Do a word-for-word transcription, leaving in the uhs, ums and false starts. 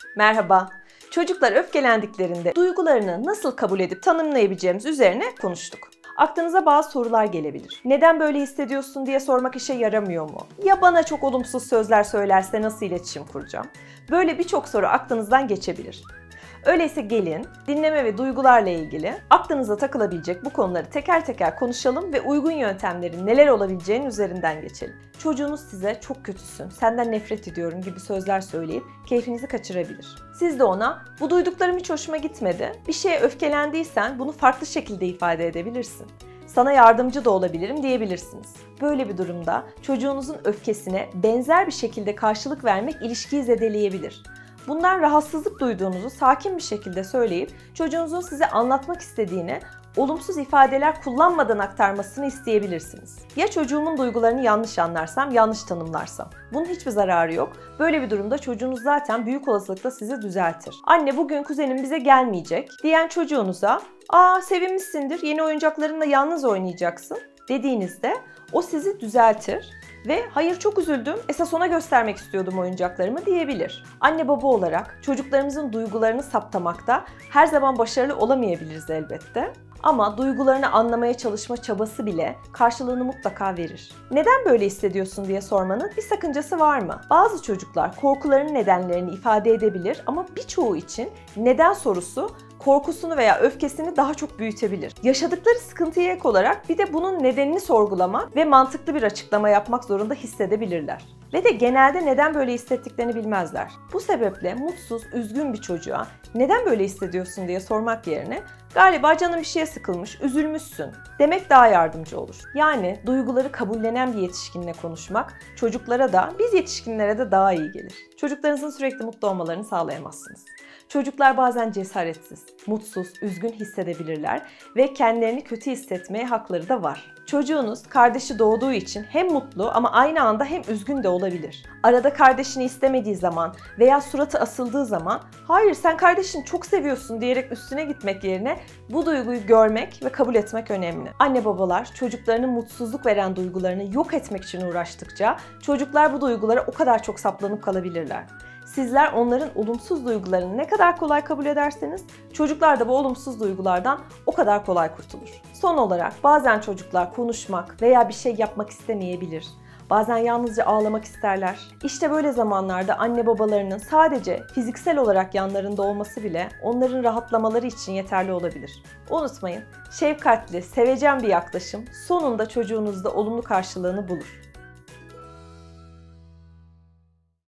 Merhaba. Çocuklar öfkelendiklerinde duygularını nasıl kabul edip tanımlayabileceğimiz üzerine konuştuk. Aklınıza bazı sorular gelebilir. Neden böyle hissediyorsun diye sormak işe yaramıyor mu? Ya bana çok olumsuz sözler söylerse nasıl iletişim kuracağım? Böyle birçok soru aklınızdan geçebilir. Öyleyse gelin, dinleme ve duygularla ilgili aklınıza takılabilecek bu konuları teker teker konuşalım ve uygun yöntemlerin neler olabileceğinin üzerinden geçelim. Çocuğunuz size çok kötüsün, senden nefret ediyorum gibi sözler söyleyip keyfinizi kaçırabilir. Siz de ona bu duyduklarım hiç hoşuma gitmedi, bir şeye öfkelendiysen bunu farklı şekilde ifade edebilirsin. Sana yardımcı da olabilirim diyebilirsiniz. Böyle bir durumda çocuğunuzun öfkesine benzer bir şekilde karşılık vermek ilişkiyi zedeleyebilir. Bundan rahatsızlık duyduğunuzu sakin bir şekilde söyleyip çocuğunuzun size anlatmak istediğini olumsuz ifadeler kullanmadan aktarmasını isteyebilirsiniz. Ya çocuğumun duygularını yanlış anlarsam, yanlış tanımlarsam? Bunun hiçbir zararı yok. Böyle bir durumda çocuğunuz zaten büyük olasılıkla sizi düzeltir. Anne bugün kuzenim bize gelmeyecek diyen çocuğunuza "Aa sevinmişsindir, yeni oyuncaklarınla yalnız oynayacaksın" dediğinizde o sizi düzeltir ve "Hayır çok üzüldüm, esas ona göstermek istiyordum oyuncaklarımı" diyebilir. Anne baba olarak çocuklarımızın duygularını saptamakta her zaman başarılı olamayabiliriz elbette. Ama duygularını anlamaya çalışma çabası bile karşılığını mutlaka verir. Neden böyle hissediyorsun diye sormanın bir sakıncası var mı? Bazı çocuklar korkularının nedenlerini ifade edebilir ama birçoğu için neden sorusu korkusunu veya öfkesini daha çok büyütebilir. Yaşadıkları sıkıntıya ek olarak bir de bunun nedenini sorgulamak ve mantıklı bir açıklama yapmak zorunda hissedebilirler. Ve de genelde neden böyle hissettiklerini bilmezler. Bu sebeple mutsuz, üzgün bir çocuğa neden böyle hissediyorsun diye sormak yerine galiba canın bir şeye sıkılmış, üzülmüşsün demek daha yardımcı olur. Yani duyguları kabullenen bir yetişkinle konuşmak çocuklara da biz yetişkinlere de daha iyi gelir. Çocuklarınızın sürekli mutlu olmalarını sağlayamazsınız. Çocuklar bazen cesaretsiz, mutsuz, üzgün hissedebilirler ve kendilerini kötü hissetmeye hakları da var. Çocuğunuz kardeşi doğduğu için hem mutlu ama aynı anda hem üzgün de olabilir. Arada kardeşini istemediği zaman veya suratı asıldığı zaman "Hayır sen kardeşini çok seviyorsun" diyerek üstüne gitmek yerine bu duyguyu görmek ve kabul etmek önemli. Anne babalar çocuklarının mutsuzluk veren duygularını yok etmek için uğraştıkça çocuklar bu duygulara o kadar çok saplanıp kalabilirler. Sizler onların olumsuz duygularını ne kadar kolay kabul ederseniz çocuklar da bu olumsuz duygulardan o kadar kolay kurtulur. Son olarak bazen çocuklar konuşmak veya bir şey yapmak istemeyebilir. Bazen yalnızca ağlamak isterler. İşte böyle zamanlarda anne babalarının sadece fiziksel olarak yanlarında olması bile onların rahatlamaları için yeterli olabilir. Unutmayın, şefkatli, sevecen bir yaklaşım sonunda çocuğunuzda olumlu karşılığını bulur.